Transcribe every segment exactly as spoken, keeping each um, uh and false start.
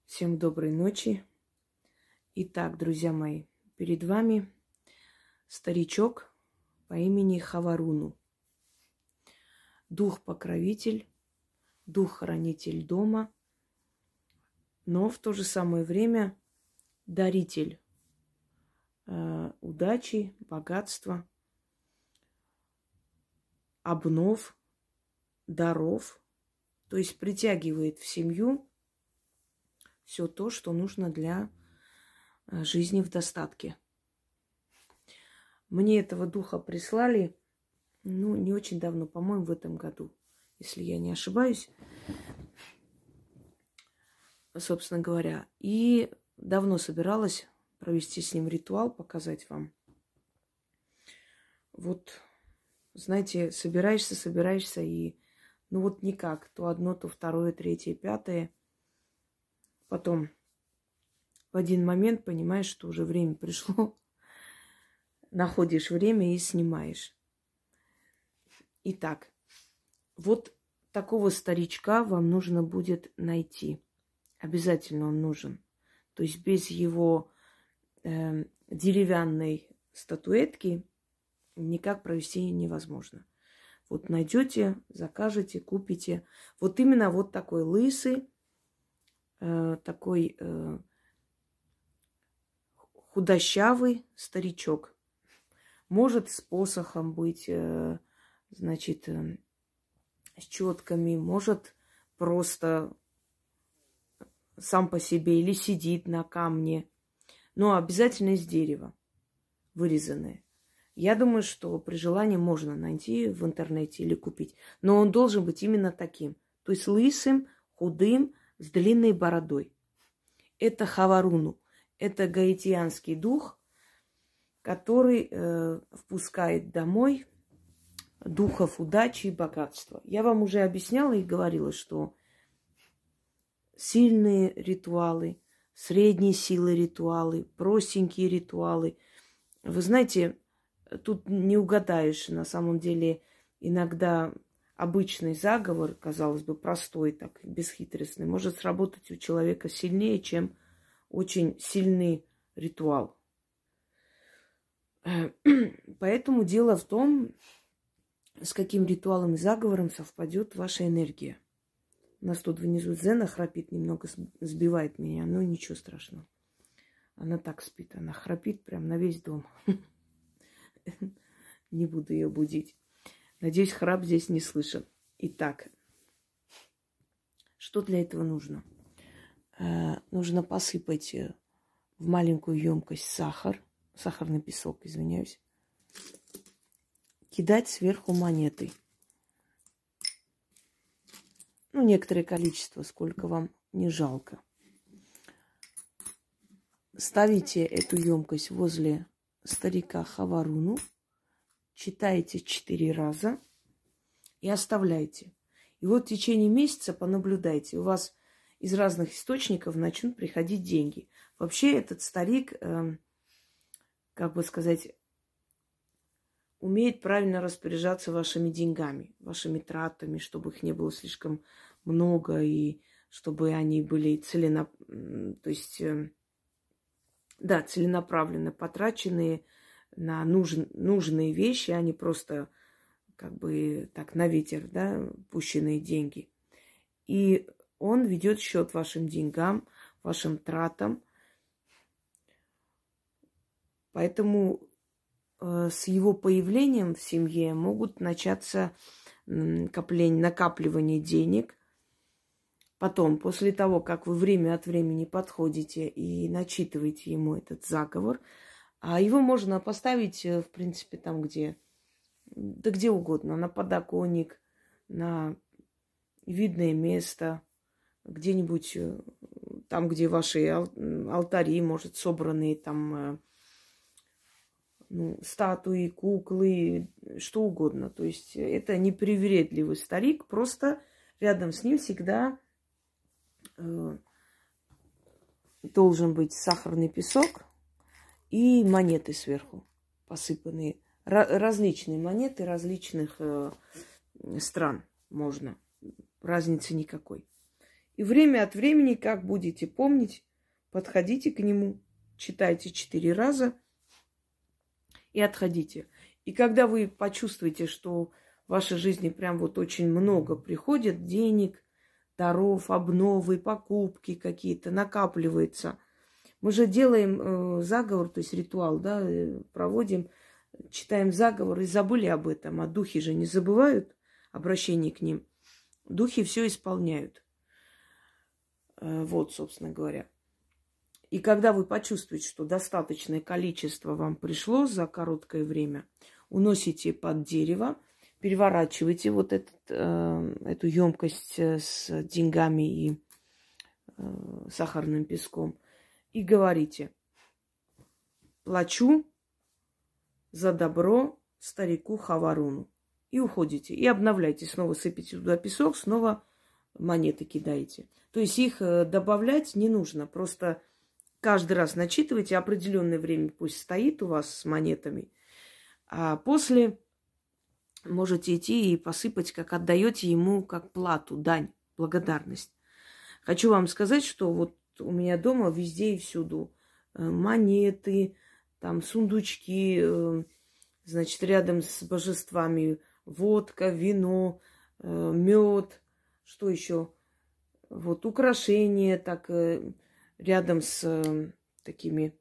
Всем доброй ночи. Итак, друзья мои, перед вами старичок по имени Хаваруну. Дух-покровитель, дух-хранитель дома, но в то же самое время даритель э, удачи, богатства, обнов, даров. То есть притягивает в семью все то, что нужно для жизни в достатке. Мне этого духа прислали, ну, не очень давно, по-моему, в этом году, если я не ошибаюсь, собственно говоря. И давно собиралась провести с ним ритуал, показать вам. Вот, знаете, собираешься, собираешься, и ну вот никак. То одно, то второе, третье, пятое. Потом в один момент понимаешь, что уже время пришло, находишь время и снимаешь. Итак, вот такого старичка вам нужно будет найти. Обязательно он нужен. То есть без его э, деревянной статуэтки никак провести невозможно. Вот найдете, закажете, купите. Вот именно вот такой лысый, э, такой э, худощавый старичок. Может с посохом быть, э, значит, э, с четками, может просто сам по себе или сидит на камне. Но обязательно из дерева вырезанное. Я думаю, что при желании можно найти в интернете или купить. Но он должен быть именно таким. То есть лысым, худым, с длинной бородой. Это Хаваруну. Это гаитянский дух, который э, впускает домой духов удачи и богатства. Я вам уже объясняла и говорила, что сильные ритуалы, средней силы ритуалы, простенькие ритуалы. Вы знаете, тут не угадаешь, на самом деле, иногда обычный заговор, казалось бы, простой, так, бесхитростный, может сработать у человека сильнее, чем очень сильный ритуал. Поэтому дело в том, с каким ритуалом и заговором совпадет ваша энергия. У нас тут внизу Зена храпит, немного сбивает меня, но ничего страшного. Она так спит, она храпит прям на весь дом. Не буду ее будить. Надеюсь, храп здесь не слышен. Итак, что для этого нужно? Э, нужно посыпать в маленькую емкость сахар, сахарный песок, извиняюсь, кидать сверху монеты. Ну, некоторое количество, сколько вам не жалко. Ставите эту емкость возле старика Хаваруну, читаете четыре раза и оставляйте. И вот в течение месяца понаблюдайте. У вас из разных источников начнут приходить деньги. Вообще этот старик, э, как бы сказать, умеет правильно распоряжаться вашими деньгами, вашими тратами, чтобы их не было слишком много и чтобы они были целенап... то есть, э, да, целенаправленно потраченные на нужн... нужные вещи, а не просто как бы так на ветер, да, пущенные деньги. И он ведет счет вашим деньгам, вашим тратам. Поэтому э, с его появлением в семье могут начаться накопление, накапливание денег. Потом, после того, как вы время от времени подходите и начитываете ему этот заговор, а его можно поставить, в принципе, там, где, да где угодно, на подоконник, на видное место, где-нибудь там, где ваши алтари, может, собранные там ну, статуи, куклы, что угодно. То есть это непривередливый старик, просто рядом с ним всегда э, должен быть сахарный песок и монеты сверху посыпанные. Ра- различные монеты различных э, стран можно. Разницы никакой. И время от времени, как будете помнить, подходите к нему, читайте четыре раза и отходите. И когда вы почувствуете, что в вашей жизни прям вот очень много приходит денег, даров, обновы, покупки какие-то, накапливается. Мы же делаем э, заговор, то есть ритуал, да, э, проводим, читаем заговор и забыли об этом. А духи же не забывают обращение к ним. Духи все исполняют. Э, вот, собственно говоря. И когда вы почувствуете, что достаточное количество вам пришло за короткое время, уносите под дерево, переворачивайте вот этот, э, эту емкость с деньгами и э, сахарным песком и говорите: плачу за добро старику Хаваруну. И уходите. И обновляйте. Снова сыпите туда песок, снова монеты кидаете. То есть их добавлять не нужно. Просто каждый раз начитывайте, определенное время пусть стоит у вас с монетами. А после можете идти и посыпать, как отдаете ему, как плату, дань, благодарность. Хочу вам сказать, что вот у меня дома везде и всюду монеты, там сундучки, значит, рядом с божествами водка, вино, мед, что еще? Вот украшения, так рядом с такими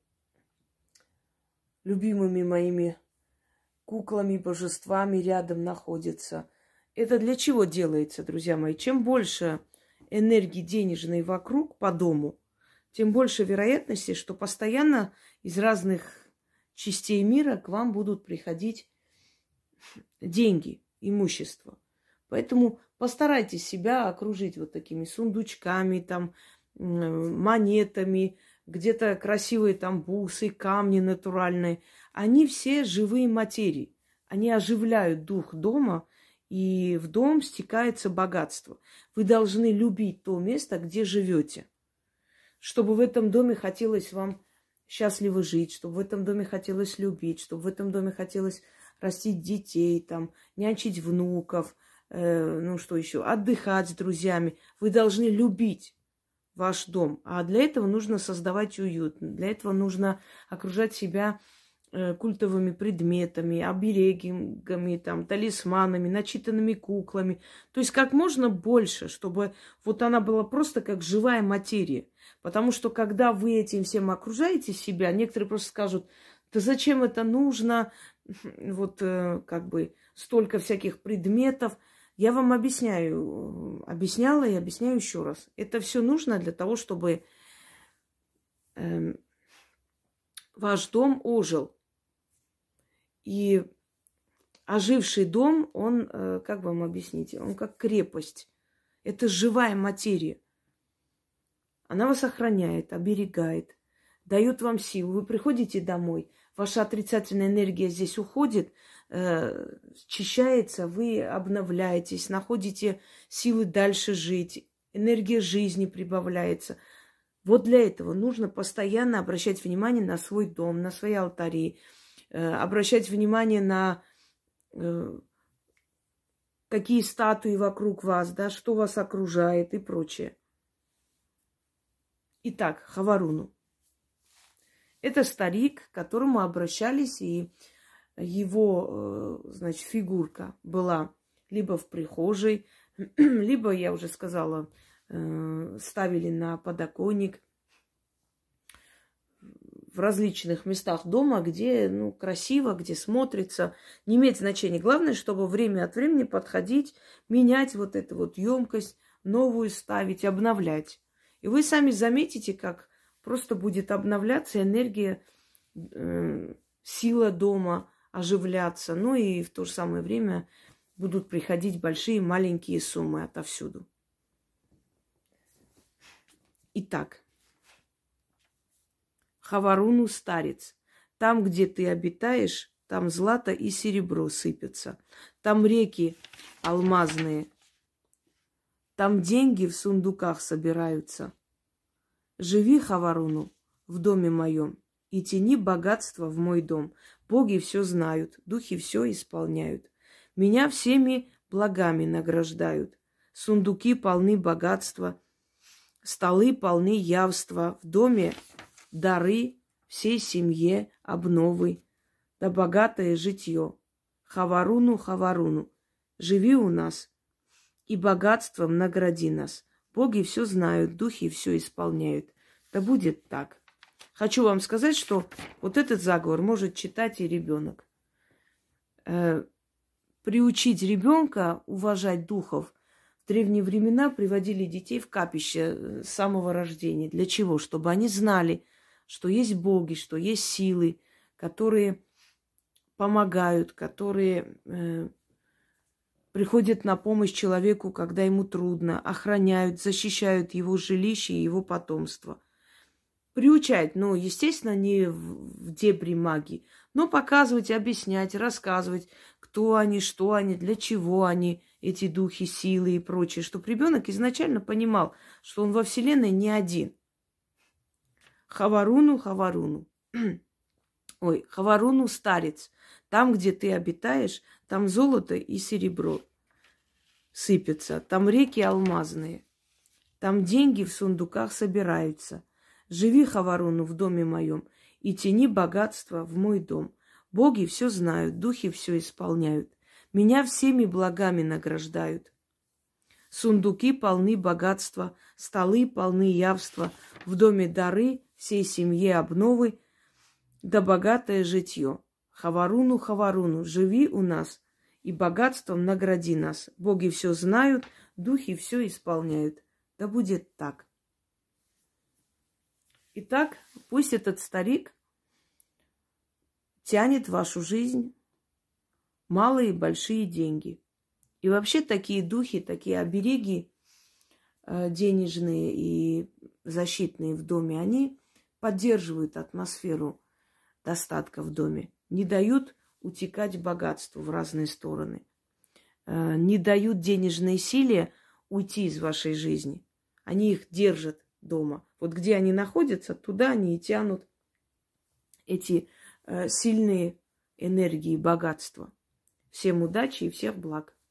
любимыми моими куклами, божествами рядом находятся. Это для чего делается, друзья мои? Чем больше энергии денежной вокруг по дому, тем больше вероятности, что постоянно из разных частей мира к вам будут приходить деньги, имущество. Поэтому постарайтесь себя окружить вот такими сундучками, там, монетами, где-то красивые там бусы, камни натуральные. Они все живые материи. Они оживляют дух дома, и в дом стекается богатство. Вы должны любить то место, где живете, чтобы в этом доме хотелось вам счастливо жить, чтобы в этом доме хотелось любить, чтобы в этом доме хотелось растить детей, там, нянчить внуков, э, ну что еще, отдыхать с друзьями. Вы должны любить ваш дом. А для этого нужно создавать уют. Для этого нужно окружать себя э, культовыми предметами, оберегами, там, талисманами, начитанными куклами. То есть как можно больше, чтобы вот она была просто как живая материя. Потому что когда вы этим всем окружаете себя, некоторые просто скажут: да зачем это нужно, вот э, как бы столько всяких предметов. Я вам объясняю, объясняла и объясняю еще раз. Это все нужно для того, чтобы э, ваш дом ожил. И оживший дом, он, э, как вам объяснить, он как крепость. Это живая материя. Она вас охраняет, оберегает, дает вам силу. Вы приходите домой, ваша отрицательная энергия здесь уходит, э, очищается, вы обновляетесь, находите силы дальше жить, энергия жизни прибавляется. Вот для этого нужно постоянно обращать внимание на свой дом, на свои алтари, э, обращать внимание на э, какие статуи вокруг вас, да, что вас окружает и прочее. Итак, Хаваруну. Это старик, к которому обращались, и его, значит, фигурка была либо в прихожей, либо, я уже сказала, ставили на подоконник в различных местах дома, где, ну, красиво, где смотрится. Не имеет значения. Главное, чтобы время от времени подходить, менять вот эту вот емкость, новую ставить, обновлять. И вы сами заметите, как просто будет обновляться энергия, э, сила дома, оживляться. Ну и в то же самое время будут приходить большие, маленькие суммы отовсюду. Итак, Хаваруну старец. Там, где ты обитаешь, там злато и серебро сыпятся. Там реки алмазные. Там деньги в сундуках собираются. Живи, Хаваруну, в доме моем и тяни богатство в мой дом. Боги все знают, духи все исполняют. Меня всеми благами награждают. Сундуки полны богатства. столы полны явства, в доме дары всей семье обновы, да богатое житье. Хаваруну, Хаваруну, живи у нас и богатством награди нас. Боги все знают, духи все исполняют. Да будет так. Хочу вам сказать, что вот этот заговор может читать и ребенок. Э, приучить ребенка уважать духов. В древние времена приводили детей в капище с самого рождения. Для чего? Чтобы они знали, что есть боги, что есть силы, которые помогают, которые э, приходят на помощь человеку, когда ему трудно, охраняют, защищают его жилище и его потомство. Приучать, ну, естественно, не в, в дебри магии, но показывать, объяснять, рассказывать, кто они, что они, для чего они, эти духи, силы и прочее, чтобы ребенок изначально понимал, что он во Вселенной не один. Хаваруну, Хаваруну. Ой, Хаваруну, старец. Там, где ты обитаешь, там золото и серебро сыпятся. Там реки алмазные. Там деньги в сундуках собираются. Живи, Хаваруну, в доме моем и тяни богатство в мой дом. Боги все знают, духи все исполняют. Меня всеми благами награждают. Сундуки полны богатства, столы полны явства. В доме дары всей семье обновы, да богатое житье. Хаваруну, Хаваруну, живи у нас и богатством награди нас. Боги все знают, духи все исполняют. Да будет так. Итак, пусть этот старик тянет в вашу жизнь малые и большие деньги. И вообще такие духи, такие обереги э, денежные и защитные в доме, они поддерживают атмосферу достатка в доме, не дают утекать богатству в разные стороны, э, не дают денежной силе уйти из вашей жизни. Они их держат дома. Вот где они находятся, туда они и тянут эти э, сильные энергии, богатства. Всем удачи и всех благ.